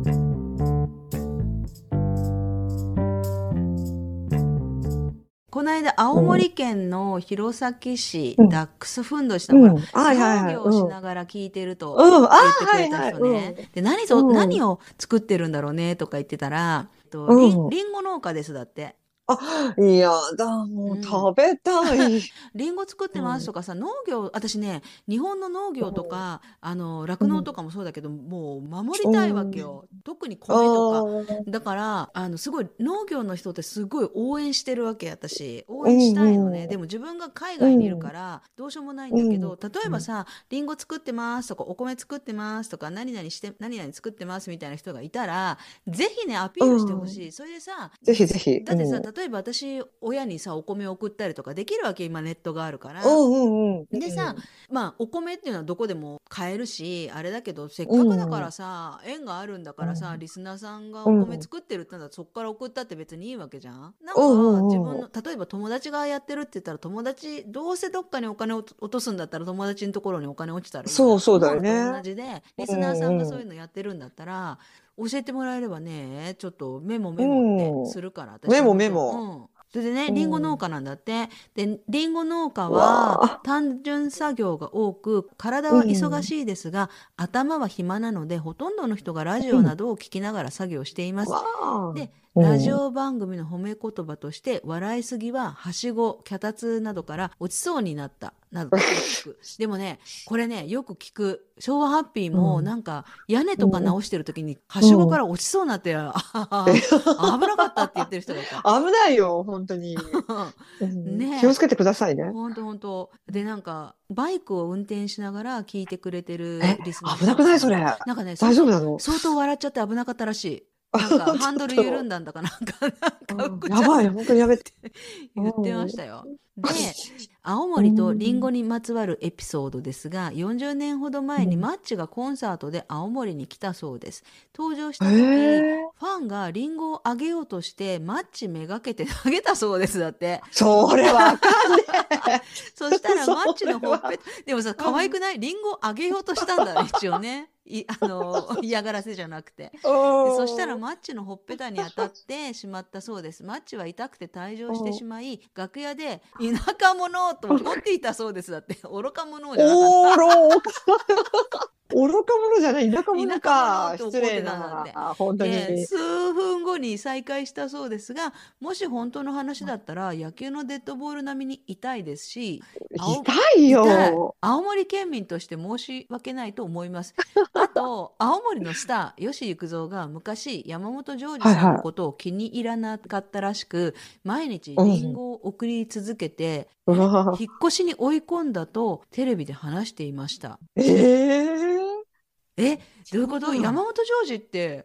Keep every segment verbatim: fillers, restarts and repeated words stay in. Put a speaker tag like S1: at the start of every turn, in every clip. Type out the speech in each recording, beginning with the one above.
S1: この間、青森県の弘前市、
S2: うん、
S1: ダックスフンドした、ほら、
S2: うん。はいはいはい。
S1: 農業を
S2: うん。
S1: しながら聞いてると
S2: うん。ああ、
S1: 言ってくれた
S2: はいはい。う
S1: 人ね。
S2: ん。
S1: で、何ぞ、
S2: うん。
S1: 何を作ってるんだろうね、とか言ってたら、えっと、
S2: う
S1: りん、
S2: ん。
S1: りんご農家です、だって。
S2: あ、いやだ、もう
S1: うん。
S2: 食べたい。
S1: リンゴ作って
S2: うん。
S1: ますとかさ、農業、私ね、日本の農業とか、あの、酪農と
S2: うん。
S1: かもそうだけど、もう守り
S2: う
S1: たいわけ
S2: ん。
S1: よ。特に
S2: あ
S1: 米とか。
S2: あ、
S1: だから、あの、すごい、農業の人ってすごい応援してるわけ、私。応
S2: う
S1: 援したいのね。
S2: ん、うん、
S1: でも自分が海外にいる
S2: うん、
S1: から、どうしようもないん
S2: うん、
S1: だけど、例えばさ、リンゴ作ってますとか、お米作ってますとか、何々して、何々作ってますみたいな人がいたら、ぜひね、アピ
S2: う
S1: ールしてほ
S2: ん。
S1: しい。それでさ、
S2: ぜひぜひ、
S1: だってさ、
S2: うん。
S1: 例えば私、親にさ、お米を送ったりとかできるわけ、今ネットがあるか
S2: う
S1: ら。
S2: ん、うん、
S1: でさ、
S2: うん。
S1: まあ、お米っていうのはどこでも買えるし、あれだけど、せっ
S2: う
S1: かくだか
S2: ん、うん、
S1: らさ、縁があるんだからさ、
S2: うん、
S1: リスナーさんが
S2: う
S1: お米
S2: ん、
S1: 作ってるってなったら、そこから送ったって別にいいわけじゃん。なん
S2: う
S1: か、自分
S2: ん、うん。
S1: の、例えば友達がやってるって言ったら、友達、どうせどっかにお金を落とすんだったら、友達のところにお金落ちたらいい
S2: そう、
S1: なって
S2: そう
S1: 思うのと
S2: だよね。
S1: 同じで、リ
S2: う
S1: スナーさんがそう
S2: ん、うん、
S1: いうのやってるんだったら、教えてもらえればね、ちょっとメモメモって
S2: うん。
S1: するから、私
S2: メモ
S1: 本当、う
S2: メモ。
S1: ん。それでね、
S2: う
S1: リンゴ農
S2: ん。
S1: 家なんだって。で、リンゴ農家は
S2: わあ、
S1: 単純作業が多く、体
S2: う
S1: は忙
S2: ん、
S1: しいですが、頭は暇なので、ほとんどの人がラジ
S2: うん。
S1: オなどを聞きながら作業しています。
S2: わあ、
S1: で、
S2: うん。
S1: ラジオ番組の褒め言葉として、笑いすぎははしご、脚立などから落ちそうになった、などとよく聞く。でもね、これね、よく聞く。昭和ハッピー
S2: うん、
S1: もなんか屋根とか
S2: うん、
S1: 直してる時にはしご
S2: うん。
S1: から落ちそうになって、あ
S2: え
S1: はは危なかったって言ってる人がいた。
S2: 危ないよ、本当に。うん、気を
S1: ねえ。
S2: つけてくださいね。
S1: ほんとほんと。で、なんか、バイクを運転しながら聞いてくれて
S2: え、
S1: るリスナー
S2: 危なくないそれ。
S1: さんもいて。なんかね、相当、
S2: 大丈夫なの？
S1: 相当笑っちゃって危なかったらしい。
S2: あ、
S1: なんか、
S2: ち
S1: ハンドル
S2: ょっと、
S1: 緩んだんだかなんか、なんか、
S2: うん、
S1: ぐちゃっ
S2: やばい、本当にやめて。
S1: て言ってま
S2: うん。
S1: したよ。で、青
S2: う
S1: 森とリンゴ
S2: ん。
S1: にまつわるエピソードですが、よんじゅうねんほど前に
S2: うん。
S1: マッチがコンサートで青森に来たそうです。登場し
S2: へ
S1: た時、
S2: え、
S1: ファンがリンゴをあげようとしてマッチめがけて投げたそうです。だって。
S2: それわかんね
S1: そした
S2: え。
S1: らマッ
S2: そ
S1: チのほっぺ
S2: れは。
S1: た、でもさ、可愛くない？リンゴをあげようとしたんだ、一応ね。い、あの、嫌がらせじゃなくて。
S2: う
S1: で、そしたら
S2: ん。
S1: マッチのほっぺたに当たってしまったそうです。マッチは痛くて退場して
S2: うん。
S1: しまい、楽屋で田舎者と怒っていたそうです。だって、愚か者じゃなかった。
S2: おーろー。愚か者じゃない、田舎者
S1: 田舎者っ
S2: か。
S1: て怒って
S2: 失礼
S1: たんだって。
S2: な。本当
S1: えー
S2: に。
S1: 数分後に再会したそうですが、もし本当の話だったら野球のデッドボール並みに痛いですし、青、
S2: 痛い
S1: 痛い。
S2: よ。
S1: 青森県民として申し訳ないと思います。あと、青森のスター、吉幾三が昔山本譲二
S2: はいは
S1: さんのことを気に入らなかったらしく、毎日
S2: い。う
S1: リン
S2: ん。
S1: ゴを送り続けて、
S2: う
S1: え
S2: わ。
S1: 引っ越しに追い込んだとテレビで話していました。
S2: ええ、
S1: え、どういう
S2: そ
S1: こと？
S2: んな。
S1: 山本譲二って、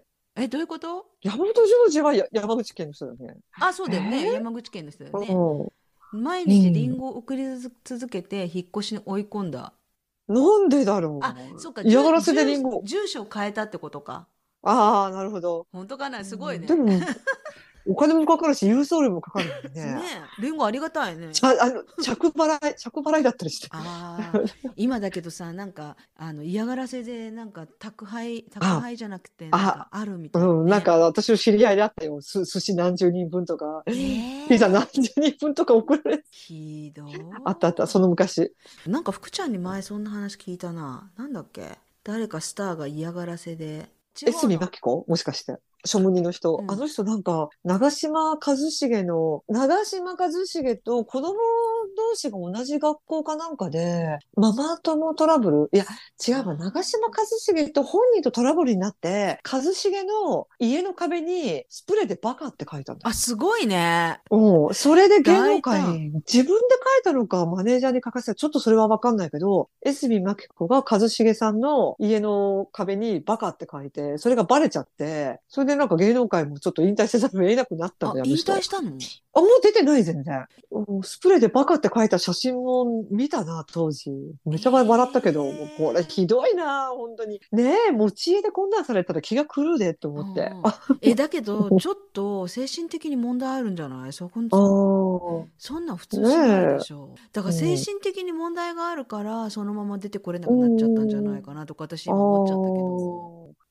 S1: え、どういうこと？
S2: 山本譲二はや山口県の人だよね。
S1: あ、そうだよね。
S2: ええ、
S1: 山口県の人だよね。
S2: うん。
S1: 毎
S2: うん。
S1: 日リンゴを送り続けて引っ越しに追い込んだ。
S2: なんでだ
S1: あ、
S2: ろ
S1: そっか、
S2: う。
S1: 住、
S2: 嫌がらせ
S1: 住、
S2: でリンゴ。
S1: 住所を変えたってことか。
S2: ああ、なるほど。
S1: 本当かな？
S2: う
S1: すごい
S2: ん、で
S1: ね。
S2: も、お金もかかるし、郵送料もかかるもんね。
S1: ねえ、リンゴありがたいね。
S2: ちゃ、あの、着払い、着払いだったりして。
S1: ああ、今だけどさ、なんか、あの、嫌がらせで、なんか、宅配、宅
S2: あ、
S1: 配じゃなくて、なんか、
S2: あ、
S1: あるみたい
S2: うん、なん
S1: ね。
S2: か私の知り合いであったよ。す、寿司何十人分とか、ピザ何
S1: ええ、
S2: 十人分とか送られ、
S1: ひ
S2: あったあった、そ
S1: ど
S2: の昔。
S1: い。なんか、福ちゃんに前そんな話聞いたな。なんだっけ？誰かスターが嫌がらせで。違
S2: 江角真
S1: うの？
S2: 紀子もしかして。庶務人の人。あ
S1: うん。
S2: の人なんか、長嶋一茂の、長嶋一茂と子供同士が同じ学校かなんかで、ママ友トラブル。いや、違うわ。長嶋
S1: あ
S2: 一茂と本人とトラブルになって、一茂の家の壁にスプレーでバカって書いたんだ
S1: あ。あ、
S2: よ。
S1: すごいね。
S2: うん。それで芸能
S1: 大胆。
S2: 界、自分で書いたのか、マネージャーに書かせた、ちょっとそれはわかんないけど、江角真紀子が一茂さんの家の壁にバカって書いて、それがバレちゃって、それでなんか芸能界もちょっと引退せざるを得なくなったん
S1: あ、
S2: だよ、あの
S1: 引退
S2: 人。
S1: したの？
S2: あ、もう出てない、全然。うん、スプレーでバカって書いた写真も見たな、当時。めちゃ笑ったけど、もうこれひ
S1: ええ
S2: どいな、本当に。ねえ、持ち家でこんなんされたら気が狂うでって思って。
S1: うんうん。
S2: あ、
S1: え、だけど、ちょっと精神的に問題あるんじゃない？そこ、
S2: あ
S1: そ、
S2: ー、
S1: そんなん普通
S2: ね
S1: しないで
S2: え、
S1: しょ。だから精
S2: うん、
S1: 神的に問題があるから、そのまま出てこれな
S2: う
S1: くなっちゃったんじゃな
S2: ん、
S1: いかなとか、私
S2: あ
S1: 今思っちゃったけど。
S2: ー。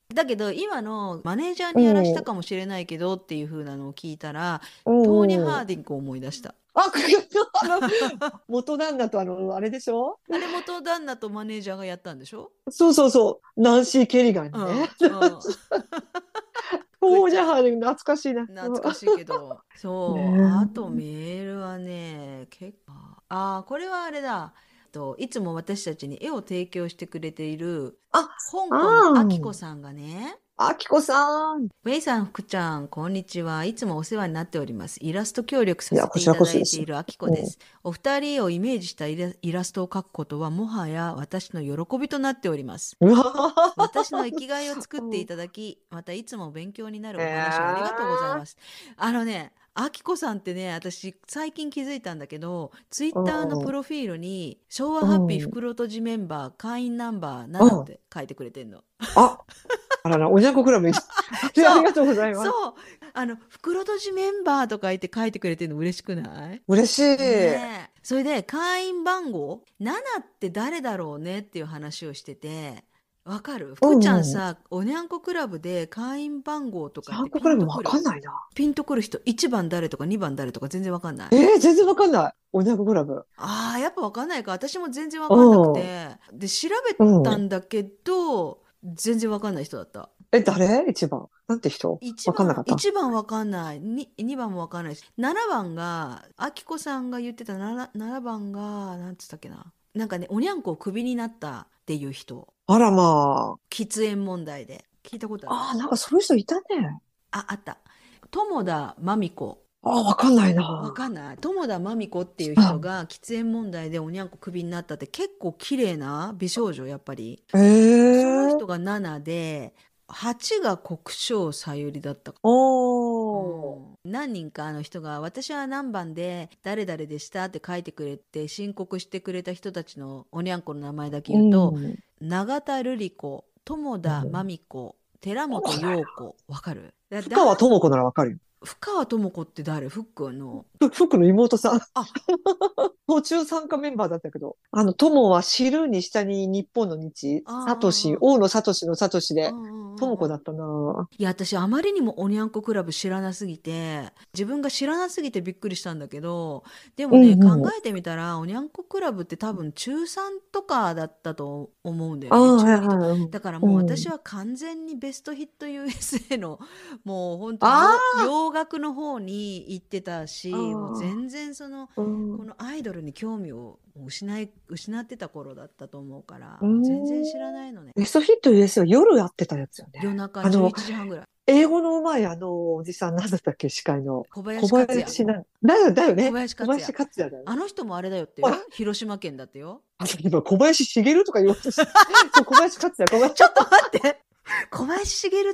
S1: だけど今のマネージャーにやらしたかもしれないけどっていう風なのを聞いたら、
S2: う
S1: トーニー・
S2: ん。うん。
S1: ハーディングを思い出した。
S2: あ、あの、元旦那とあの、あれでしょ？
S1: あれ元旦那とマネージャーがやったんでしょ？
S2: そうそうそう。ナンシー・ケリガン
S1: うん、
S2: にね。
S1: うん。
S2: ト
S1: 福ちゃん、
S2: ーニャハーで懐かしいな。
S1: 懐かしいけど。そう。あとメールはね、結構、ああ、これはあれだ。と、いつも私たちに絵を提供してくれている
S2: あ、
S1: 香港のあきこ
S2: あ
S1: さんがね、
S2: あ、あきこさん。
S1: ウェイさん、福ちゃん、こんにちは。いつもお世話になっております。イラスト協力さ
S2: いや、
S1: せ
S2: こちら
S1: ていただい
S2: こそです。
S1: ているあきこ
S2: うん。
S1: です。お二人をイメージしたイラ、イラストを描くことはもはや私の喜びとなっております。
S2: うわ
S1: 私の生きがいを作ってい
S2: ーうん。
S1: ただき、またいつも勉強になる
S2: え
S1: お話をありがとうござい
S2: ー、
S1: ます。あのね、あきこさんってね、私最近気づいたんだけど、ツイッ
S2: う
S1: ターのプ
S2: ん。
S1: ロフィールに昭和
S2: う
S1: ハッピー
S2: ん。
S1: 袋とじメンバー会員ナンバーななっ
S2: うん。
S1: て書いてくれてんの。
S2: あ、あらら、おにゃんこクラブに、あれ、あ
S1: そう、
S2: りがとうございます。
S1: そう、あの、袋とじメンバーとか言って書いてくれてるの嬉しくない？
S2: 嬉しい。
S1: ねえ。それで、会員番号ななって誰だろうねっていう話をしてて、わかる？福ちゃん
S2: うん。
S1: さ、おにゃんこクラブで会員番号とかってピ
S2: にゃんこクラブわ
S1: ンとくる？
S2: かんないな。
S1: ピンとくる人、いちばん誰とかにばん誰とか全然わかんない？
S2: えー、全然わかんない。おにゃんこクラブ。
S1: ああ、やっぱわかんないか。私も全然わ
S2: う
S1: かんなく
S2: ん。
S1: て。で、調べ
S2: うん。
S1: たんだけど、全然わかんない人だった。
S2: え、誰一番。なんて人
S1: 1番、
S2: わかんなかった。
S1: 一番わかんない。に、にばんもわかんないし。ななばんが、あきこさんが言ってたなな、ななばんが、なんつったっけな。なんかね、おにゃんこをクビになったっていう人。
S2: あらま
S1: 喫煙問題で。聞いたことある？
S2: あ。ああ、なんかそういう人いたね。
S1: あ、あった。友田真美子。
S2: ああ、わかんない
S1: わか
S2: な。
S1: んない？友田真美子っていう人
S2: うん。
S1: が喫煙問題でおにゃんこクビになったって、結構綺麗な美少女、やっぱり。
S2: え
S1: その
S2: えー。
S1: 人がななで、はちが国生さゆりだったか。う
S2: おー。
S1: ん、何人かの人が「私は何番で誰々でした」って書いてくれて申告してくれた人たちのおにゃんこの名前だけ
S2: う
S1: 言うと、
S2: ん。
S1: 永田瑠璃子、友田真
S2: うん。
S1: 美子、寺本
S2: わかんない。
S1: 陽子。わかる？だだ
S2: 深川智子ならわかるよ。
S1: 深川智子って誰？フックの。
S2: ふ、福の妹さん。
S1: あ、
S2: 途中参加メンバーだったけど。あの、友は知るに下に日本の日、サトシ、
S1: あ
S2: 大野サトシのサトシで、
S1: あ、うんうんうんうんうん。
S2: 智子だったな。
S1: いや、私あまりにもおにゃんこクラブ知らなすぎて、自分が知らなすぎてびっくりしたんだけど、でも
S2: う
S1: ね、考
S2: んうん。
S1: えてみたら、おにゃんこクラブって多分中さんとかだったと思うんだよね。
S2: ああ、はい
S1: 中にと。
S2: はい。
S1: だから
S2: うん。うん。
S1: もう私は完全にベストヒット ユーエスエー の、もう本当
S2: あ
S1: 洋、洋楽の方に行ってた
S2: あ、
S1: し、もう
S2: あ
S1: 全然その、
S2: あ、うん。
S1: このアイドルに興味を失い、失ってた頃だったと思うから、
S2: うー
S1: もう全然知ら
S2: ん。
S1: ないのね。
S2: ベストヒット ユーエス は夜やってたやつよね。
S1: 夜中11
S2: あの、
S1: 時半ぐらい。
S2: 英語の上手いあのおじさん、なんだったっけ、司会の。
S1: 小林
S2: 小
S1: 克也。
S2: 林な、だよ、だよ
S1: 小
S2: ね。小林
S1: 林克也。
S2: 克也だよね。
S1: あの人もあれだよって
S2: ほら、
S1: よ。広島県だってよ。
S2: あ、今小林茂とか言おうとして。そう、小林克也、小林。
S1: ちょっと待って。小林茂って、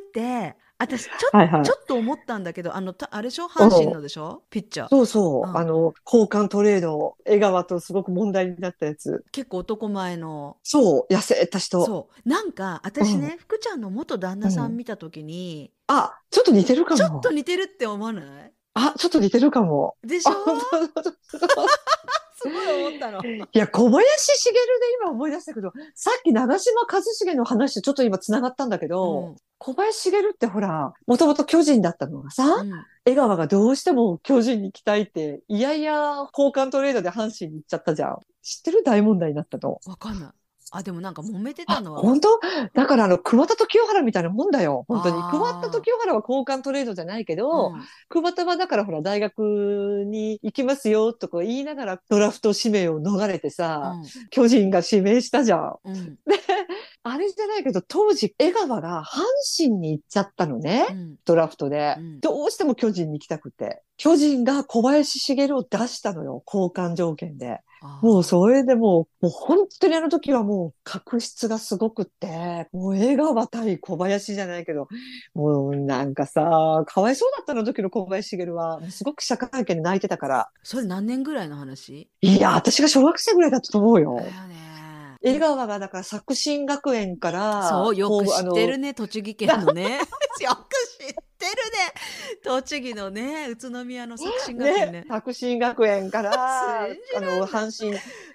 S1: 私、ちょ、
S2: はいはい。
S1: ちょっと思ったんだけど、あの、たあれでしょ？阪神
S2: うん。
S1: のでしょ？ピッチャー。
S2: そうそう。あ
S1: うん。
S2: の、交換トレード、江川とすごく問題になったやつ。
S1: 結構男前の。
S2: そう、痩せた人。
S1: そう。なんか、
S2: うん。
S1: 私ね、福ちゃんの元旦那さん
S2: うん。
S1: 見たときに、
S2: あ、ちょっと似てるか
S1: ちょっと
S2: も。
S1: 似てるって思わない？
S2: あ、ちょっと似てるかも。あ、
S1: でしょ？
S2: 本当だ。
S1: すごい思ったの。
S2: いや、小林茂で今思い出したけど、さっき長嶋一茂の話とちょっと今繋がったんだけど、
S1: うん。
S2: 小林茂ってほら、もともと巨人だったのがさ、
S1: うん。
S2: 江川がどうしても巨人に行きたいって、いやいや交換トレードで阪神に行っちゃったじゃん。知ってる？大問題になったの。
S1: わかんない。あ、でもなんか揉めてた
S2: あ、
S1: のは、
S2: 本当？だからあの、桑田と清原みたいなもんだよ。本当に。桑田と
S1: あ
S2: 清原は交換トレードじゃないけ
S1: あ、う
S2: ど、
S1: ん。
S2: 桑田はだからほら、大学に行きますよとか言いながらドラフト指名を逃れてさ、
S1: うん。
S2: 巨人が指名したじゃん。
S1: うん。
S2: で、あれじゃないけど、当時、江川が阪神に行っちゃったのね。
S1: うん。
S2: ドラフトで。
S1: うん。
S2: どうしても巨人に行きたくて。巨人が小林茂を出したのよ。交換条件で。もう
S1: ああ。
S2: それでもう、もう本当にあの時はもう確執がすごくって、もう江川対小林じゃないけど、もうなんかさ、かわいそうだったの時の小林茂は、もうすごく記者会見で泣いてたから。
S1: それ何年ぐらいの話？
S2: いや、私が小学生ぐらいだったと思うよ。
S1: だよね。
S2: 江川がだから作新学園から、
S1: そう、よ
S2: こう、あ
S1: く知ってる
S2: の、
S1: ね、栃木県のね。よく知ってるね。栃木のね、宇都宮の作新学園
S2: ね、
S1: ね。
S2: 作新学園か
S1: 信
S2: ら、あの、
S1: じらんない。
S2: 阪神、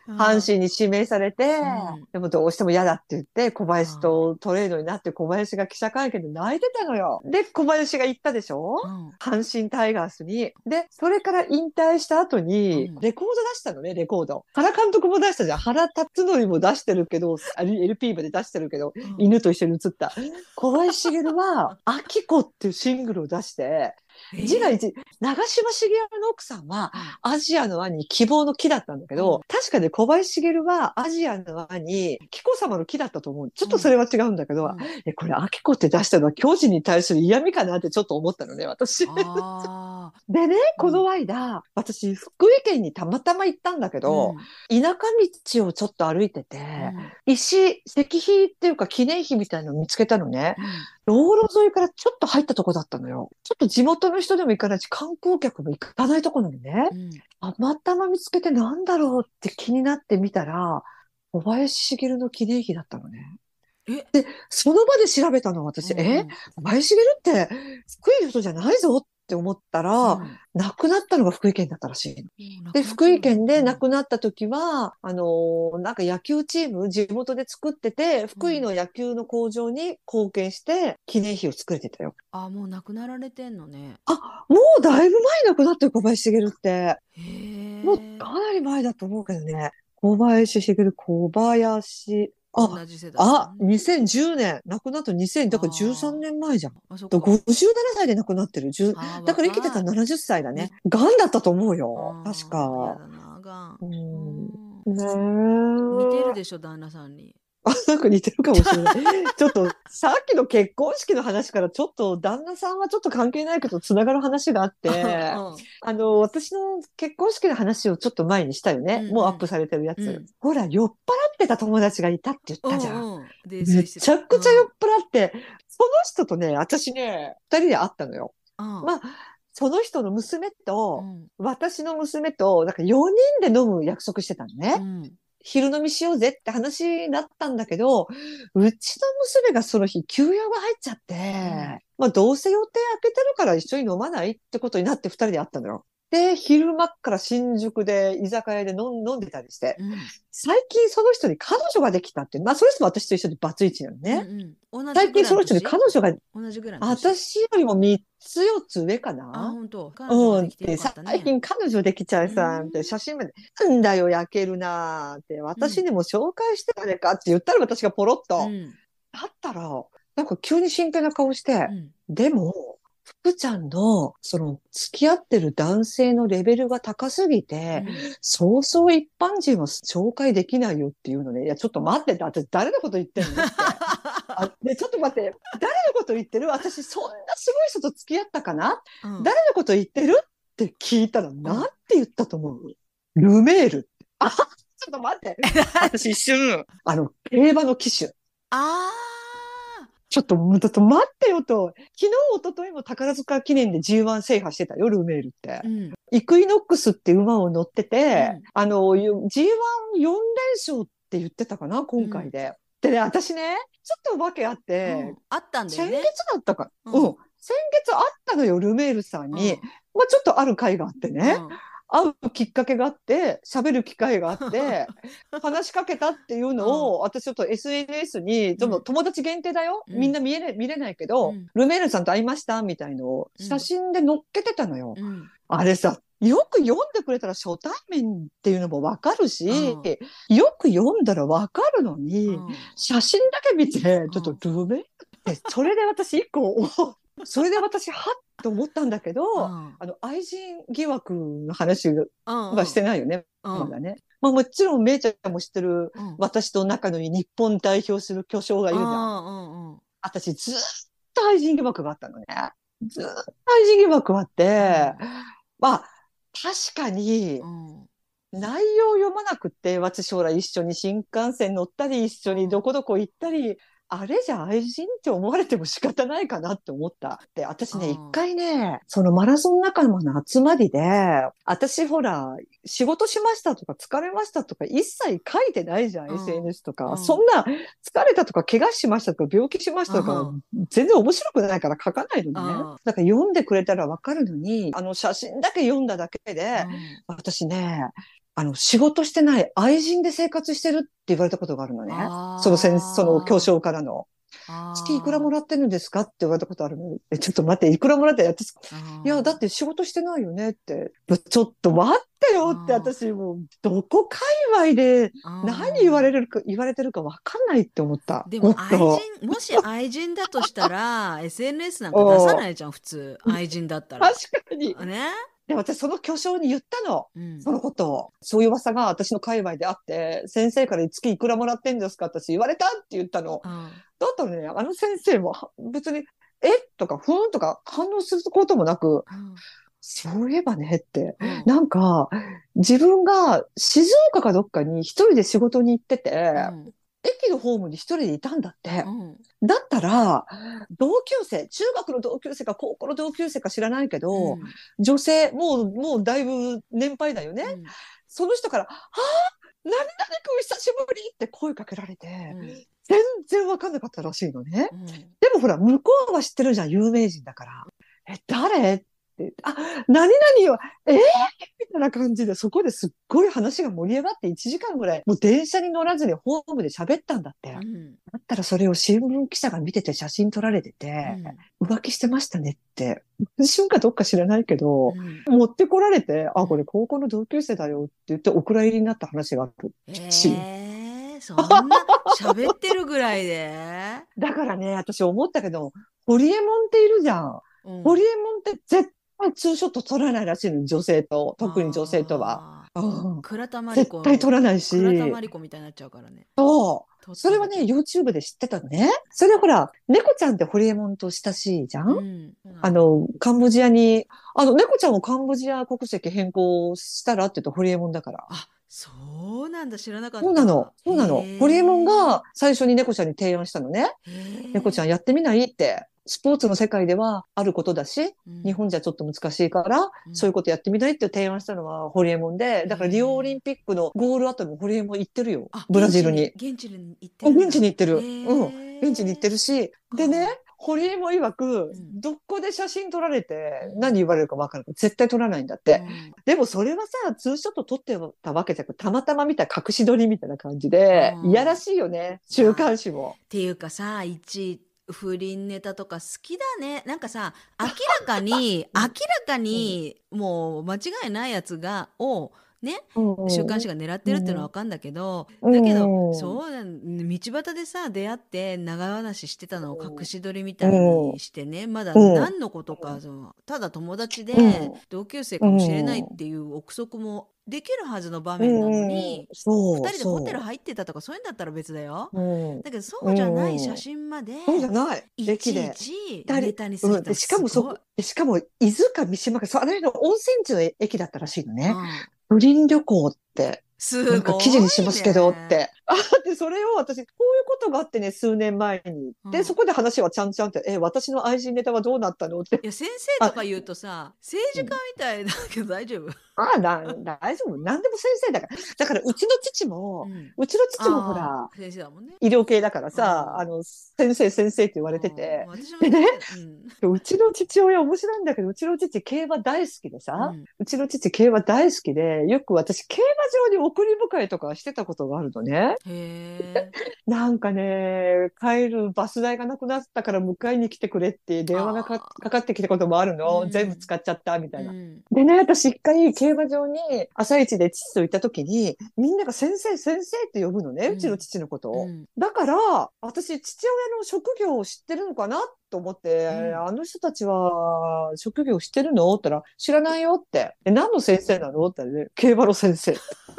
S2: 阪神に指名されて、
S1: うん
S2: でもどうしても嫌だって言って、小林とトレードになって小林が記者会見で泣いてたのよ。で、小林が行ったでしょ、
S1: うん
S2: 阪神タイガースに。で、それから引退した後に
S1: うん、
S2: レコード出したのね、レコード。原監督も出したじゃん。原辰徳も出してるけど、あ エルピー まで出してるけど、
S1: うん
S2: 犬と一緒に映った。小林茂は、アキコっていうシングルを出して、
S1: え
S2: 字が一、長嶋茂雄の奥さんは、アジアの兄、希望の木だったんだけど、
S1: うん
S2: 確かね、小林茂はアジアの兄、紀子様の木だったと思う。ちょっとそれは違うんだけど、
S1: うん
S2: え、これ、アキコって出したのは巨人に対する嫌味かなってちょっと思ったのね、私。
S1: あ
S2: でね、
S1: うん
S2: この間、私、福井県にたまたま行ったんだけ
S1: ー
S2: ど、田舎道をちょっと歩いてて、
S1: うん
S2: 石、石碑っていうか記念碑みたいなのを見つけたのね。
S1: うん
S2: 道路沿いからちょっと入ったとこだったのよ。ちょっと地元の人でも行かないし、観光客も行かないとこなのね。
S1: うん
S2: たまたま見つけてなんだろうって気になってみたら、小林茂の記念碑だったのね。
S1: え
S2: その場で調べたの、私。
S1: うん
S2: え小林茂って福井の人じゃないぞって思ったら、
S1: うん
S2: 亡くなったのが福井県だったらしいの。
S1: うん
S2: で、福井県で亡
S1: うん
S2: くなった時は、あのーなんか野球チーム、地元で作ってて、福井の野球の工場に貢献して、記念碑を作れてたよ。
S1: あ、もう亡くなられてんのね。
S2: あ、もうだいぶ前に亡くなってる小林茂って。
S1: へえ。
S2: もうかなり前だと思うけどね。小林茂、小林。あ、
S1: 同じ世代
S2: あ、
S1: だね。
S2: にせんじゅうねん。亡くなったにせん、だからじゅうさんねんまえじゃん。と
S1: あ、そっか。
S2: ごじゅうななさいで亡くなってる。じゅう
S1: あー、
S2: だから生きてたら
S1: 若い。
S2: ななじゅっさいだね。がんだったと思うよ。
S1: あ
S2: 確
S1: ー、や
S2: か。
S1: だな、がん。
S2: う
S1: うん
S2: ん。
S1: ん。似てる
S2: ねえ。
S1: でしょ、旦那さんに。
S2: あ、なんか似てるかもしれない。ちょっと、さっきの結婚式の話からちょっと、旦那さんはちょっと関係ないけど、つながる話があって、
S1: うん
S2: あの、私の結婚式の話をちょっと前にしたよね。
S1: うん
S2: もうアップされてるやつ。
S1: うん
S2: ほら、酔っ払ってた友達がいたって言っ
S1: う
S2: たじゃん。
S1: んうん。泥
S2: め
S1: 酔してた。
S2: ちゃくちゃ酔っ払って、その人とね、私ね、二人で会ったのよ。
S1: うん。
S2: まあ、その人の娘
S1: う
S2: と、
S1: ん。
S2: 私の娘と、なんかよにんで飲む約束してたのね。
S1: うん。
S2: 昼飲みしようぜって話になったんだけど、うちの娘がその日休養が入っちゃって、
S1: ん
S2: まあどうせ予定空けてるから一緒に飲まないってことになって二人で会ったのよ。で、昼間っから新宿で居酒屋で飲ん飲んでたりして、
S1: うん。
S2: 最近その人に彼女ができたって、まあその人も私と一緒にバツイチなのね。
S1: うんうん。同じ
S2: 最
S1: ぐらいの
S2: 近その人に
S1: 年
S2: 彼女が、
S1: 同じぐらいの年。
S2: 私よりもみっつよっつ上か
S1: あ、
S2: な。
S1: 本当。彼女
S2: うん。
S1: ができて
S2: で、
S1: よかったね。
S2: 最近彼女できちゃうさ、
S1: うん
S2: みたいな写真まで、なんだよ、焼けるなーって、私にも紹介してあれかって言ったら私がポロッと。
S1: うん。
S2: だったら、なんか急に真剣な顔して
S1: う、ん。
S2: でも、福ちゃんの、その、付き合ってる男性のレベルが高すぎて、そうそう一般人は紹介できないよっていうのね。いや、ちょっと待ってって、私誰のこと言ってんのって。あ、で、ちょっと待って、誰のこと言ってる私、そんなすごい人と付き合ったかな、
S1: うん。
S2: 誰のこと言ってるって聞いたら、なんて言ったと思う？ルメール。あ、ちょっと待って。私一瞬、あの、競馬の騎手。
S1: あ
S2: ちょっと、もうちょっと待ってよと。昨日、一昨日も宝塚記念で ジーワン 制覇してたよ、ルメールって。
S1: ー。うん。
S2: イクイノックスって馬を乗ってて、
S1: うん
S2: あの、ジーワンよん 連勝って言ってたかな、今回で。でね、私ね、ちょっとわけあって、
S1: うんあったんだよ
S2: 先月
S1: ね。
S2: だったか、
S1: う
S2: うんん、先月あったのよ、ルメールさんに。まあちょっとある会があってね。
S1: うん
S2: 会うきっかけがあって、喋る機会があって、話しかけたっていうのを、私ちょっと エスエヌエス に、でも友達限定だよ。
S1: うん
S2: みんな見えれ、見れないけど、
S1: うん
S2: ルメールさんと会いましたみたいのを写真で載っけてたのよ。
S1: うん
S2: あれさ、よく読んでくれたら初対面っていうのもわかるし、
S1: うん
S2: よく読んだらわかるのに、
S1: うん
S2: 写真だけ見て、ちょっとルメールって、それで私一個、おそれで私はっと思ったんだけど、
S1: うん
S2: あの、愛人疑惑の話
S1: うん
S2: はしてないよね、
S1: うん
S2: まだね。まあもちろん、めいちゃんも知ってる、
S1: うん
S2: 私と仲のいい日本代表する巨匠がいるじゃん。
S1: うんうんうん
S2: 私、ずーっと愛人疑惑があったのね。ずーっと愛人疑惑があって、まあ、確かに
S1: う、ん
S2: 内容を読まなくって、私ほら一緒に新幹線乗ったり、一緒にどこどこ行ったり、あれじゃ愛人って思われても仕方ないかなって思った。で、私ね、
S1: うん
S2: 一回ね、そのマラソン仲間の集まりで、私ほら、仕事しましたとか疲れましたとか一切書いてないじゃん、
S1: うん
S2: エスエヌエス とか。
S1: うん
S2: そんな、疲れたとか怪我しましたとか病気しましたとか、
S1: うん
S2: 全然面白くないから書かないのね。
S1: うん
S2: だから読んでくれたらわかるのに、あの写真だけ読んだだけで、私ね、 あの、仕事してない愛人で生活してるって言われたことがあるのね。その先、その教
S1: あ
S2: 授からの。
S1: あ、
S2: 月いくら
S1: あ
S2: もらってるんですかって言われたことあるの。え、ちょっと待って、いくらもらってやって、
S1: あ、
S2: いや、だ
S1: あ
S2: って仕事してないよねって。ちょっと待ってよって、
S1: あ、
S2: 私もう、どこ界隈で何言われ
S1: ああ。
S2: るか、言われてるかわかんないって思った。
S1: でも
S2: もっと。
S1: 愛人、もし愛人だとしたら、エスエヌエス なんか出さ
S2: お
S1: ないじゃん、普通。愛人だったら。
S2: 確かに。
S1: ね。
S2: で、私その巨匠に言ったの。
S1: うん。
S2: そのことを。そういう噂が私の界隈であって、先生から月いくらもらってんですか私言われたって言ったの。
S1: うん。
S2: だったらね、あの先生も別に、えとか、ふーんとか反応することもなく、
S1: うん。
S2: そういえばねって。
S1: うん。
S2: なんか、自分が静岡かどっかに一人で仕事に行ってて、
S1: うん。
S2: 駅のホームに一人でいたんだって。
S1: うん。
S2: だったら、同級生、中学の同級生か高校の同級生か知らないけど、
S1: うん。
S2: 女性、もう、もうだいぶ年配だよね。
S1: うん。
S2: その人から、はあ、何々君久しぶりって声かけられて、
S1: うん。
S2: 全然わかんなかったらしいのね。
S1: うん。
S2: でもほら、向こうは知ってるじゃん、有名人だから。え、誰って、あ、何々よ、えー、みたいな感じで、そこですっごい話が盛り上がっていちじかんぐらい、もう電車に乗らずにホームで喋ったんだって。だ
S1: うん。
S2: ったらそれを新聞記者が見てて写真撮られてて、
S1: うん。
S2: 浮気してましたねって、瞬かどっか知らないけど、
S1: うん。
S2: 持ってこられて、あ、これ
S1: うん。
S2: 高校の同級生だよって言ってお蔵入りになった話がある。し
S1: ええ、そんな喋ってるぐらいで。
S2: だからね、私思ったけど、ホリエモンっているじゃん。
S1: うん。
S2: ホリエモンって絶対ツーショット撮らないらしいの、女性と。特に女性とは。
S1: ああ、
S2: うん、
S1: 倉田真理
S2: 絶対撮
S1: 子、
S2: らない
S1: 倉田
S2: し。
S1: 真理子みたいになっちゃうからね。
S2: そう。
S1: 撮っ
S2: それはね、
S1: といて。
S2: YouTube で知ってたのね。それでほら、猫ちゃんってホリエモンと親しいじゃん。
S1: うん。そうなんだ。
S2: あの、カンボジアに、あの、猫ちゃんもカンボジア国籍変更したらって言うとホリエモンだから。
S1: あ、そうなんだ。知らなかっ
S2: そうなの。
S1: た。
S2: そうなの。ホリエモン
S1: へえ。
S2: が最初に猫ちゃんに提案したのね。
S1: へ
S2: 猫ちゃん
S1: え。
S2: やってみないって。スポーツの世界ではあることだし、
S1: うん。
S2: 日本じゃちょっと難しいから、
S1: うん。
S2: そういうことやってみないって提案したのはホリエモンで、
S1: へ
S2: だからリオオリン
S1: え。
S2: ピックのゴール後もホリエモン行ってるよ。
S1: あ、
S2: ブラ
S1: 現地に、
S2: ジルに。
S1: 現地に行って
S2: あ、現地に
S1: るんだ。
S2: 行ってる。うん。現地に行って
S1: へえ。
S2: るし、でね、
S1: あ、
S2: ホリエモン曰く、
S1: うん。
S2: どこで写真撮られ
S1: うん。
S2: て何言われるか分からない。絶対撮らないんだって。
S1: うん。
S2: でもそれはさ、ツーショット撮ってたわけじゃなくて、たまたま見た隠し撮りみたいな感じ
S1: う
S2: で、いやら
S1: ん。
S2: しいよね。週
S1: まあ、っ
S2: 刊誌も。
S1: ていうかさ、一、不倫ネタとか好きだね。なんかさ、明らかに、明ら
S2: うん、
S1: か
S2: うん、
S1: に、もう間違いないやつが、を、ね、
S2: うん、
S1: 週刊誌が狙ってるっていうのは
S2: うん、
S1: わかんだけど、
S2: う
S1: だけど、
S2: ん、うん、
S1: そうなん、道端でさ、出会って長話してたのを隠し撮りみ
S2: う
S1: たい
S2: ん、
S1: にしてね、まだ
S2: うん、
S1: 何のことか、その、ただ友達
S2: う
S1: で
S2: ん、
S1: 同級生
S2: う
S1: かもしれないっ
S2: ん、
S1: ていう憶測もできるはずの場
S2: う
S1: 面なの
S2: ん、
S1: に、
S2: そう、
S1: 二人でホテル
S2: そ
S1: 入ってたとかそういうんだったら別だよ。
S2: う、うん、
S1: だけどそ
S2: う
S1: うじゃない写
S2: ん、
S1: 真まで
S2: そうじゃない。
S1: いちい
S2: 駅で。
S1: ち
S2: 二人、
S1: ネタにするっ
S2: うん。で、
S1: てのは
S2: しか
S1: すごい。
S2: もそこ、でしかも、伊豆か三島か、そうあの辺の温泉地の駅だったらしいのね。
S1: うん。
S2: 不倫旅行って、なんか記
S1: すご
S2: 事にしま
S1: い
S2: すけどっ
S1: ね。
S2: て。あ、で、それを私、こういうことがあってね、数年前に。で、そ
S1: うん。
S2: こで話はちゃんちゃんって、え、私の愛人ネタはどうなったのって。
S1: いや、先生と
S2: あ、
S1: か言うとさ、政治家
S2: うん、
S1: みたいだけど大丈夫？
S2: あ、だ、大丈夫。何でも先生だから。だから、うちの父も、
S1: うん。
S2: うちの父もほ
S1: あ
S2: ら、
S1: あ、先生だもんね。
S2: 医療系だから
S1: うん。
S2: さ、あの、先生先生って言われて
S1: うん。
S2: て。
S1: 私も
S2: でね、
S1: 先生だ。うん。
S2: うちの父親面白いんだけど、うちの父競馬大好きでさ、
S1: うん。
S2: うちの父競馬大好きで、よく私競馬場に送り迎えとかしてたことがあるのね。
S1: へえ。
S2: なんかね、帰るバス代がなくなったから迎えに来てくれって電話がか、
S1: ああ。
S2: かかってきたこともある
S1: う
S2: の。全部
S1: ん。
S2: 使っちゃったみたいな。
S1: うん。
S2: でね、私一回競馬場に朝一で父と行った時に、みんなが先生先生って呼ぶのね、うちの
S1: うん。
S2: 父のことを。
S1: うん。
S2: だから、私父親の職業を知ってるのかなと思って、
S1: うん。
S2: あの人たちは職業知ってるのって言ったら、知らないよって。え、何の先生なのって言ったらね、競馬の先生。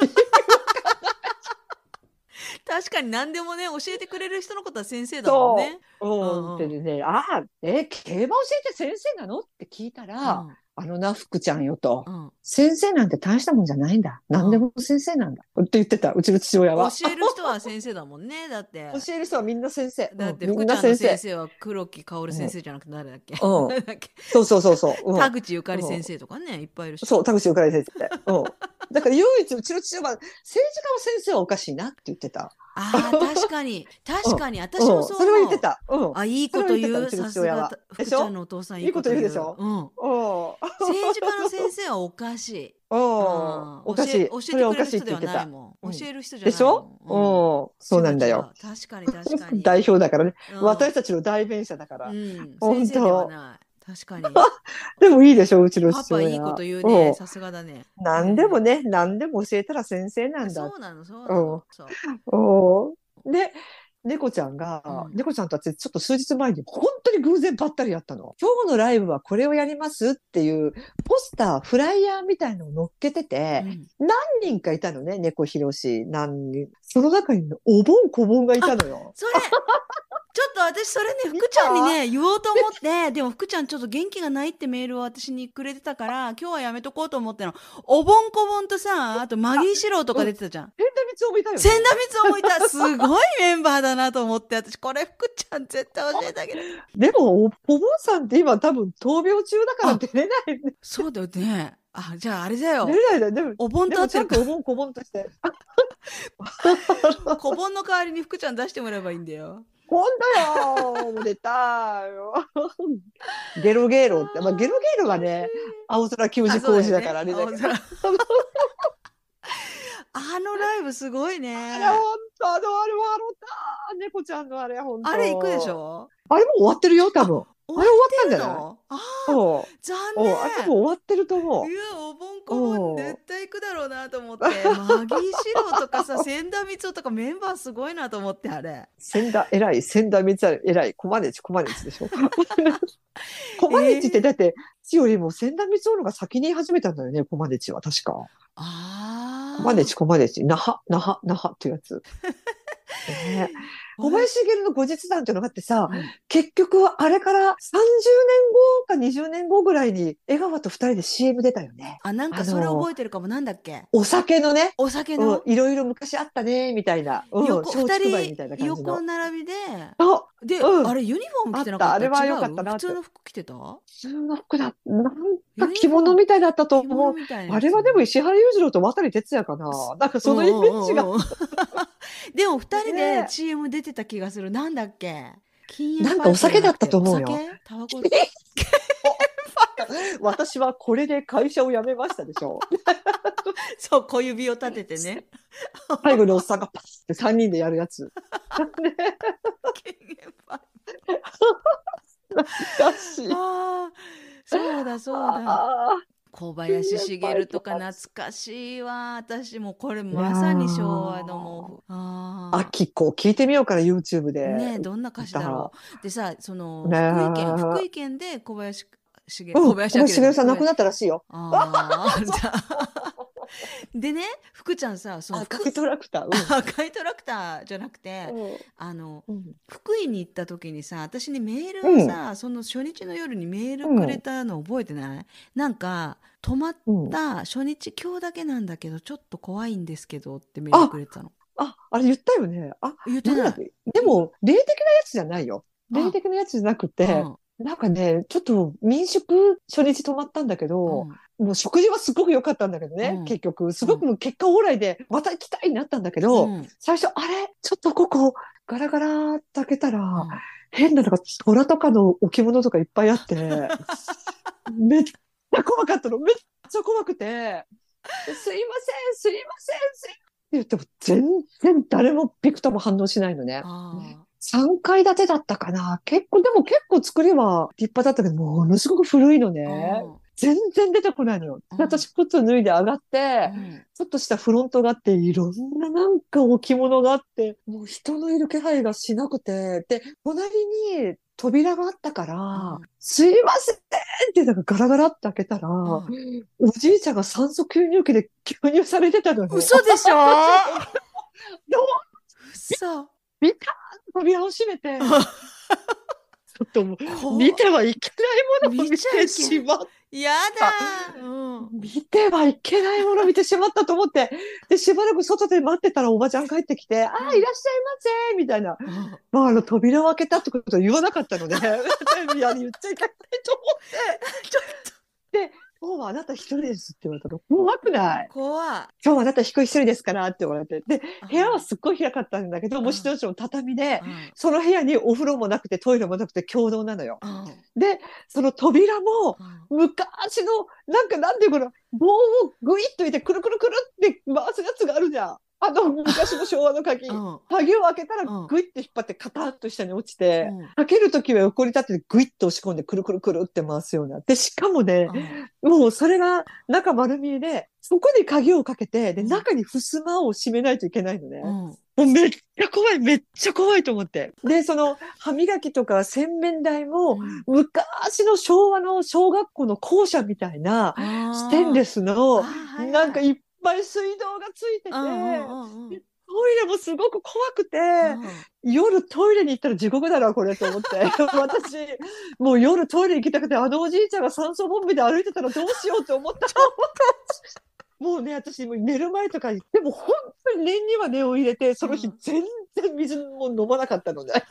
S1: 確かに何でもね、教えてくれる人のことは先生だもん
S2: そ
S1: ね。
S2: う。
S1: う
S2: うん。
S1: んうん。
S2: でね、ああ、え、競馬教えて先生なのって聞いたら、
S1: うん。
S2: あのな、福ちゃんよと。
S1: うん。
S2: 先生なんて大したもんじゃないんだ。
S1: うん。
S2: 何でも先生なんだ。って言ってた、うちの父親は。
S1: 教える人は先生だもんね。だって。
S2: 教える人はみんな先生。うん、
S1: だって
S2: みん
S1: 福ちゃんの
S2: な先生。
S1: 先生は黒木薫
S2: うん、
S1: 先生じゃなくて誰だっけ？
S2: うん。
S1: 誰だっけ？
S2: そうそうそうそう。
S1: 田口ゆかり
S2: うん。うん。
S1: 先生とかね、いっぱいいるし。
S2: そう、田口ゆかり先生。うん。だから唯一、うちの父親は、政治家の先生はおかしいなって言ってた。
S1: ああ、確かに。確かに。私
S2: うん、
S1: もそう
S2: それは言って
S1: 思う。
S2: た。うん。
S1: あ、いい
S2: それ
S1: こと言う。
S2: は言ってたうちの
S1: さすが、
S2: 父親は。で
S1: 福ちゃん
S2: しょ？
S1: のお父さんい
S2: いいこと
S1: いこと言う。
S2: 言うでしょ？
S1: うん。
S2: うん。
S1: 政治家の先生はおかしい。
S2: うん。
S1: ああ、教え、
S2: おかしい。
S1: 教えてくれる
S2: それはおかしいっ
S1: 人ではない
S2: て言ってた。うん。
S1: もん。教える人じゃ
S2: でしょ？
S1: ないも
S2: う
S1: ん。うん。
S2: ん。そう
S1: 違う違
S2: なんだよ。
S1: う。確かに確か
S2: 代
S1: に。
S2: 表だからね。
S1: うん。
S2: 私たちの代弁者だか
S1: う
S2: ら。
S1: ん。先生では
S2: 本当。
S1: ない。確かに。
S2: でもいいでしょ、うちの
S1: パパいいこ
S2: 父親。
S1: と言うね。
S2: うん。
S1: さすがだね。
S2: 何でも
S1: へ
S2: ね、何でも教えたら先生な
S1: え。
S2: んだ。
S1: そうなの、そう
S2: うん。
S1: なの。そ
S2: うん。で、猫ちゃん
S1: う。う
S2: が、
S1: ん。
S2: 猫ちゃんたちちょっと数日前に本当に偶然ばったりやったの。今日のライブはこれをやりますっていうポスター、フライヤーみたいのを載っけてて、
S1: うん。
S2: 何人かいたのね、猫ひろし。何人。その中にお盆小盆がい
S1: あ、
S2: たのよ。
S1: それ、ちょっと私それね、
S2: 見
S1: 福ちゃんに
S2: た？
S1: ね、言おうと思って、でも福ちゃんちょっと元気がないってメールを私にくれてたから、今日はやめとこうと思っての。おぼんこぼんとさ、あとマギー四郎とか
S2: うん。
S1: 出てたじゃん。
S2: 変田光雄もいたよ
S1: 千
S2: ね。
S1: 田光雄もいた。すごいメンバーだなと思って、私これ福ちゃん絶対教えてあげる。
S2: でも、お、お盆さんって今多分闘病中だから
S1: あ、
S2: 出れないね。
S1: そうだよね。あ、じゃああれだ
S2: 出
S1: よ。
S2: れないだよ。でも、
S1: お盆
S2: でもち
S1: と合ってるか。
S2: ゃんとお盆小盆として。
S1: 小盆の代わりに福ちゃん出してもらえばいいんだよ。
S2: 今度よ、もう出たよ。ゲロゲーロって、まあ、ゲロゲーロがね、青空球
S1: あ、
S2: 児工事だか
S1: そうだよね。
S2: らあれだけど。
S1: 青空。あのライブすごい
S2: あれ、ほ
S1: ね。
S2: んと、あの、あれ笑った。猫ちゃんのあれ、ほん
S1: あれ行くでし
S2: と。
S1: ょ？
S2: あれもう終わってるよ、多
S1: あ、
S2: 分。
S1: 終わっ
S2: あれ終わったん
S1: て
S2: じゃない？
S1: るの？ああ、
S2: そう。
S1: 残
S2: おう、あれ多分
S1: 念。
S2: 終わってると思
S1: いや、おぼん
S2: う。
S1: こぼん
S2: おう。
S1: 絶対行くだろうなと思って。マギー四郎とかさ、千田光雄とかメンバーすごいなと思って、あれ。
S2: 千田、偉い、千田光晴、偉い、コマネチ、コマネチでしょ。コマネチって
S1: ええ、
S2: だって、ちよりも千田光雄の方が先に始めたんだよね、コマネチは、確か。コマネチ、
S1: あ
S2: コマネチ、那覇、那覇、那覇っていうやつ。ねえ。
S1: あ、
S2: 小
S1: 俺、
S2: 林茂の後日談っていうのがあってさ、
S1: うん。
S2: 結局あれからさんじゅうねんごかにじゅうねんごぐらいに江川と二人で シーエム 出たよね。
S1: あ、なんかそれ
S2: あの、
S1: 覚えてるかも。なんだっけ？
S2: お酒のね、
S1: お酒
S2: うん、
S1: の
S2: いろいろ昔あったね、みたいな、うん、
S1: 横、
S2: 松
S1: 二人
S2: 竹梅みたいな感じ
S1: 横
S2: の。
S1: 並びで、
S2: あ、
S1: で、
S2: うん、
S1: あれユニフォーム着てなか
S2: あった。
S1: った？違
S2: あれは良かった
S1: う？普
S2: なって。
S1: 通の服着てた？
S2: 普通の服だ。なんか着
S1: ユニフォーム、
S2: 物みたいだったと
S1: 着物
S2: 思う。
S1: みたいな
S2: あ
S1: やつ。
S2: れはでも石原裕次郎と渡哲也か
S1: す
S2: な。なんか
S1: うんう
S2: そのイメージが。
S1: んうんうん。でも二人で
S2: ね
S1: シーエム 出てた気がする。なんだっけ？禁
S2: え。なんかお
S1: 煙パイプじゃ
S2: 酒だった
S1: なくて、お
S2: と思うよ。
S1: 酒タバコ。
S2: 私はこれで会社を辞めましたでしょ。
S1: そう、小指を立ててね。
S2: 最後におっさんがパッってさんにんでやるやつ。ね、
S1: 禁煙パイプ。
S2: 懐かしい。
S1: ああ、そうだそうだ。
S2: ああ、
S1: 小
S2: や
S1: 林
S2: ばい
S1: 茂とか懐かしいわ。私もこれ
S2: いや
S1: まさに昭和のもう、
S2: ー、あ
S1: あ
S2: きこ聞いてみようから YouTube
S1: あ、
S2: で
S1: ねえ、どんな歌詞だ
S2: 歌。
S1: ろう。でさ、その
S2: ね
S1: 福井県、福
S2: え。
S1: 井県で小林茂、
S2: うん、
S1: 小林明じゃない、
S2: 小林茂さん
S1: 小林、
S2: 亡くなったらしいよ。
S1: ああ、じゃあでね、福ちゃんさ、その福、
S2: 赤いトラクター。うん。
S1: 赤いトラクターじゃなくて、あの、
S2: うん。
S1: 福井に行った時にさ、私にメール
S2: うん。
S1: をさ、その初日の夜にメールくれ
S2: うん。
S1: たの覚えてない？なんか、泊まっ
S2: うん。
S1: た初日今日だけなんだけど、ちょっと怖いんですけどってメールく
S2: あ、
S1: れてたの。
S2: あ、あれ言ったよね。あ、
S1: 言ってない。
S2: なんだっけ。でも、霊的なやつじゃないよ。霊
S1: あ、
S2: 的なやつじゃなくて、
S1: うん、
S2: なんかね、ちょっと民宿初日泊まったんだけど、
S1: うん、
S2: もう食事はすごく良かったんだけどね、
S1: うん、
S2: 結局。す
S1: うん、
S2: ごくもう結果オーライで、また行きたいになったんだけど、
S1: うん、
S2: 最初、あれちょっとここ、ガラガラって開けたら、
S1: うん。
S2: 変な、なんか、虎とかの置物とかいっぱいあって、めっちゃ怖かったの。めっちゃ怖くて、すいません、すいません、すいませんって言っても、全然誰もびくとも反応しないのね。
S1: あ
S2: さんかい建てだったかな。結構、でも結構作りは立派だったけど、ものすごく古いのね。
S1: あ、
S2: 全然出てこないのよ。
S1: うん、うん、
S2: 私、靴脱いで上がって、
S1: うん。
S2: ちょっとしたフロントがあって、いろんななんか置物があって、もう人のいる気配がしなくて、で、隣に扉があったから、
S1: うん、
S2: すいませんってなんかガラガラって開けたら、お
S1: うん。
S2: じいちゃんが酸素吸入器で吸入されてたのよ。
S1: 嘘でしょ？
S2: どう
S1: 嘘。
S2: 見た扉を閉めて、ちょっともう、見
S1: こ、
S2: てはいけないものを見
S1: 見ちゃ
S2: て
S1: いけない。
S2: しまった。
S1: やだ。うん。
S2: 見てはいけないものを見てしまったと思って、で、しばらく外で待ってたらおばちゃん帰ってきて、ああ、い
S1: うん。
S2: らっしゃいませみたいな。
S1: うん。
S2: まあ、あの、扉を開けたってことは言わなかったので、いや、言っちゃいけないと思って。
S1: ちょっ
S2: で、 今日はあなた一人ですって言われたの。怖くない？
S1: 怖い。
S2: 今日はあなた一人ですからって言われて。で、
S1: うん
S2: 部屋はすっごい広かったんだけど、もう一つの畳で、
S1: うん
S2: その部屋にお風呂もなくてトイレもなくて共同なのよ。
S1: うん
S2: で、その扉も
S1: うん
S2: 昔の、なんかなんていうかな、棒をグイッと入れてくるくるくるって回すやつがあるじゃん。あの昔の昭和の鍵。
S1: うん
S2: 鍵を開けたら
S1: うん
S2: グイッて引っ張ってカタンと下に落ちて、
S1: うん
S2: 開けるときは横に立ってグイッと押し込んでくるくるくるって回すような。で、しかもね、
S1: うん
S2: もうそれが中丸見えで、そこに鍵をかけて、で、
S1: うん
S2: 中に襖を閉めないといけないのね。
S1: うん
S2: もうめっちゃ怖い、めっちゃ怖いと思って。で、その歯磨きとか洗面台も、
S1: うん
S2: 昔の昭和の小学校の校舎みたいな、ステンレス
S1: あ
S2: の、
S1: ーはいはい
S2: なんかいっぱい水道がついてて、
S1: うんうんうん
S2: でトイレもすごく怖くて、
S1: うん
S2: 夜トイレに行ったら地獄だな、これと思って。私、もう夜トイレ行きたくて、あのおじいちゃんが酸素ボンベで歩いてたらどうしようって思ったの。もうね、私、もう寝る前とかに、でも本当に念には念を入れて、その日
S1: うん
S2: 全然水も飲まなかったのね。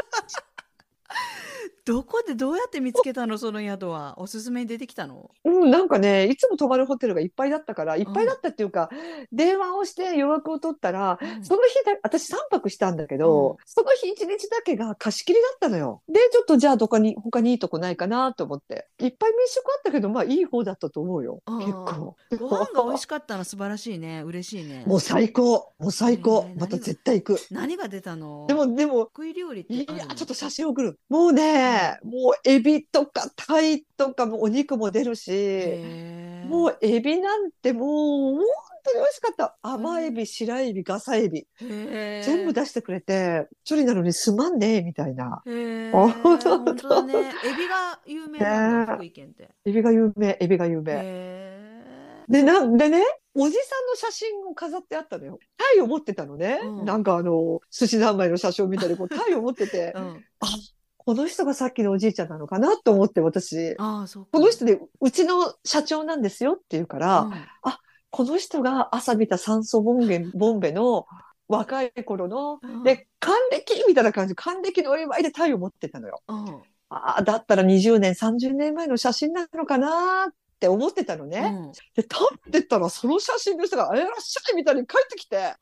S1: どこでどうやって見つけたのその宿は。おすすめに出てきたの？
S2: うん、なんかね、いつも泊まるホテルがいっぱいだったから、いっぱいだったっていうか、電話をして予約を取ったら、
S1: うん
S2: その日だ、私さんぱくしたんだけど、
S1: うん
S2: その日いちにちだけが貸し切りだったのよ。で、ちょっとじゃあどこに、他にいいとこないかなと思って。いっぱい民宿あったけど、まあいい方だったと思うよ。
S1: うん
S2: 結構。
S1: ご飯が美味しかったの素晴らしいね。嬉しいね。
S2: もう最高。もう最高。
S1: えー
S2: また絶対行く。
S1: 何が出たの？
S2: でも、でも、
S1: 得意料理っ
S2: い
S1: てあるの？
S2: や、ちょっと写真送る。もうね、もうエビとかタイとかもお肉も出るし、
S1: へー
S2: もうエビなんてもう本当に美味しかった。甘エビ、白エビ、ガサエビ。
S1: へー
S2: 全部出してくれて、一人なのにすまんねえ、みたいな。
S1: へー
S2: あ
S1: 本当だね。エビが有名なんだ、
S2: ね
S1: 福井県って。
S2: エビが有名、エビが有名。
S1: へー
S2: で、なんでね、おじさんの写真を飾ってあったのよ。タイを持ってたのね。
S1: うん
S2: なんかあの、寿司三昧の写真を見たり、こうタイを持ってて、
S1: うん、
S2: あ、この人がさっきのおじいちゃんなのかなと思って私、
S1: ああ、そうか。
S2: この人で、うちの社長なんですよって言うから、
S1: うん
S2: この人が朝見た酸素ボンベ、ボンベの若い頃の、
S1: うん
S2: で、還暦みたいな感じ、還暦のお祝いでタイを持ってたのよ。
S1: うん
S2: ああ、だったらにじゅうねん、さんじゅうねんまえの写真なのかなって思ってたのね。
S1: うん
S2: で、立ってったらその写真の人が、あいらっしゃいみたいに帰ってきて、あ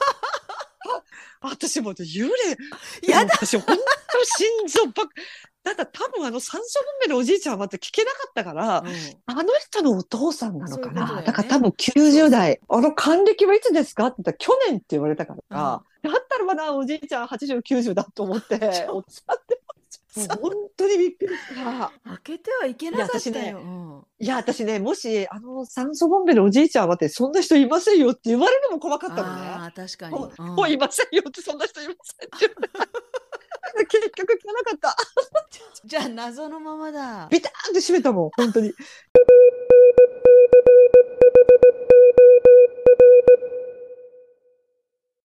S2: 私もう幽霊、
S1: やだ
S2: 私本当心臓ばっだったら多分あの酸素ボンベのおじいちゃんはまた聞けなかったから、
S1: うん
S2: あの人のお父さんなのかな、
S1: そういうことだよね
S2: だから多分きゅうじゅう代。あの還暦はいつですかって言ったら去年って言われたから、だったらまだおじいちゃんはちじゅう、きゅうじゅうだと思って、おつさってもう本当にびっくりした。
S1: 開けてはいけなかった
S2: いや私ね
S1: よ。うん
S2: いや、私ね、もし、あの、酸素ボンベのおじいちゃんはって、そんな人いませんよって言われるのも怖かったのね。
S1: ああ、確かに。
S2: もう
S1: うん
S2: もういませんよって、そんな人いませんって言われた。結局聞かなかった。
S1: じゃあ謎のままだ。
S2: ビターンって閉めたもん、本当に。